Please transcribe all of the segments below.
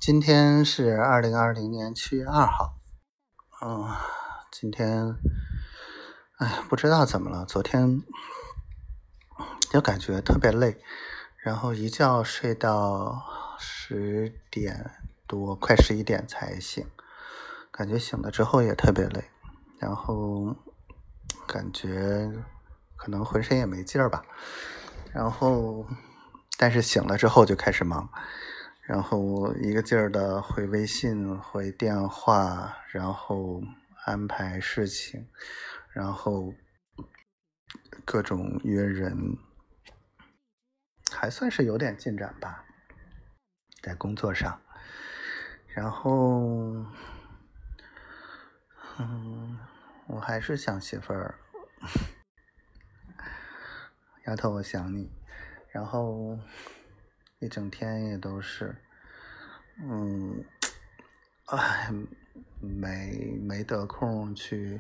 今天是2020年7月2号。今天，不知道怎么了，昨天就感觉特别累，然后一觉睡到10点多，快11点才醒，感觉醒了之后也特别累，然后感觉可能浑身也没劲儿吧，然后但是醒了之后就开始忙。然后一个劲儿的回微信、回电话，然后安排事情，然后各种约人，还算是有点进展吧，在工作上。然后，我还是想媳妇儿，丫头，我想你。然后一整天也都是，没得空去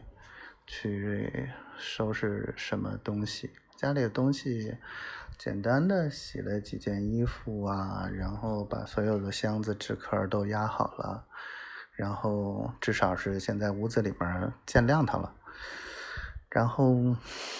收拾什么东西，家里的东西简单的洗了几件衣服啊，然后把所有的箱子纸壳都压好了，然后至少是现在屋子里边见亮堂了。然后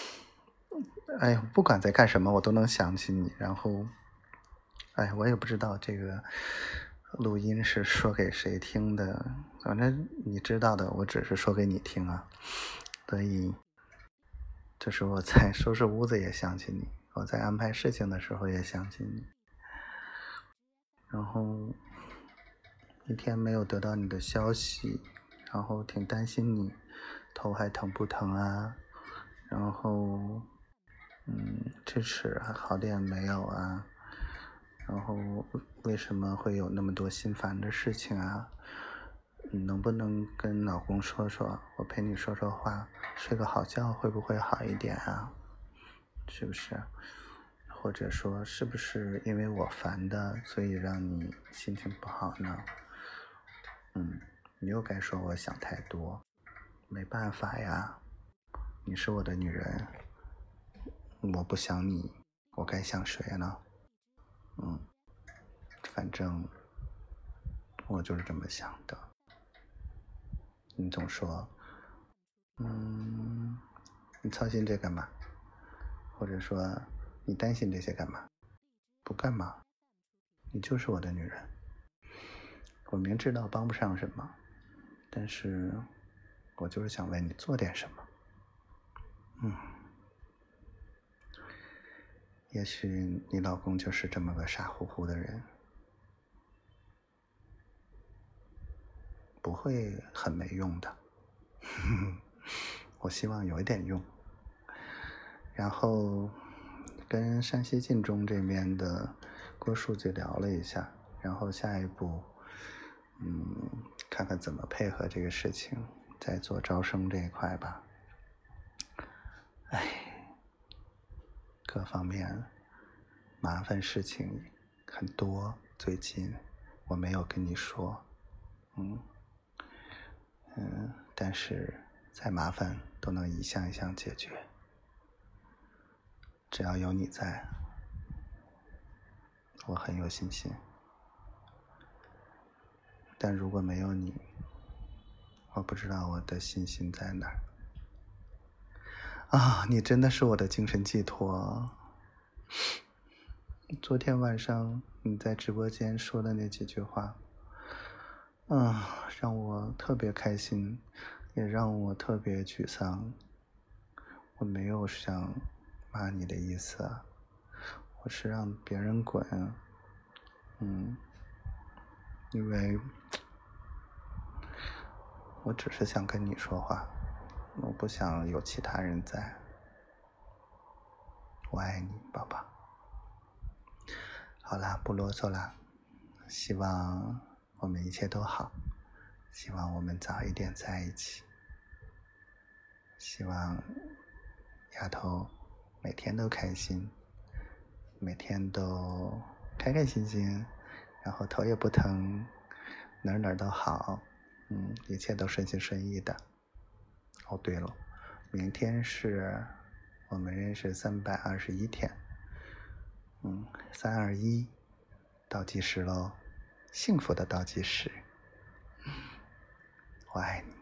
不管在干什么我都能想起你。然后我也不知道这个录音是说给谁听的，反正你知道的，我只是说给你听啊。所以就是我在收拾屋子也想起你，我在安排事情的时候也想起你，然后一天没有得到你的消息，然后挺担心你头还疼不疼啊，然后智齿还好点没有啊，然后为什么会有那么多心烦的事情啊，能不能跟老公说说，我陪你说说话，睡个好觉会不会好一点啊，是不是？或者说是不是因为我烦的，所以让你心情不好呢？你又该说我想太多，没办法呀，你是我的女人，我不想你，我该想谁呢？反正我就是这么想的。你总说你操心这干嘛，或者说你担心这些干嘛，不干嘛，你就是我的女人。我明知道帮不上什么，但是我就是想为你做点什么。也许你老公就是这么个傻乎乎的人，不会很没用的。我希望有一点用。然后跟山西晋中这边的郭书记聊了一下，然后下一步看看怎么配合这个事情，再做招生这一块吧。各方面麻烦事情很多，最近我没有跟你说，但是再麻烦都能一项一项解决，只要有你在，我很有信心。但如果没有你，我不知道我的信心在哪儿啊！你真的是我的精神寄托。昨天晚上你在直播间说的那几句话，让我特别开心，也让我特别沮丧。我没有想骂你的意思，我是让别人滚。因为我只是想跟你说话，我不想有其他人在。我爱你，宝宝。好啦，不啰嗦啦，希望我们一切都好，希望我们早一点在一起，希望丫头每天都开心，每天都开开心心，然后头也不疼，哪儿都好，一切都顺心顺意的。哦，对了，明天是我们认识321天，321倒计时喽， 幸福的倒计时。我爱你。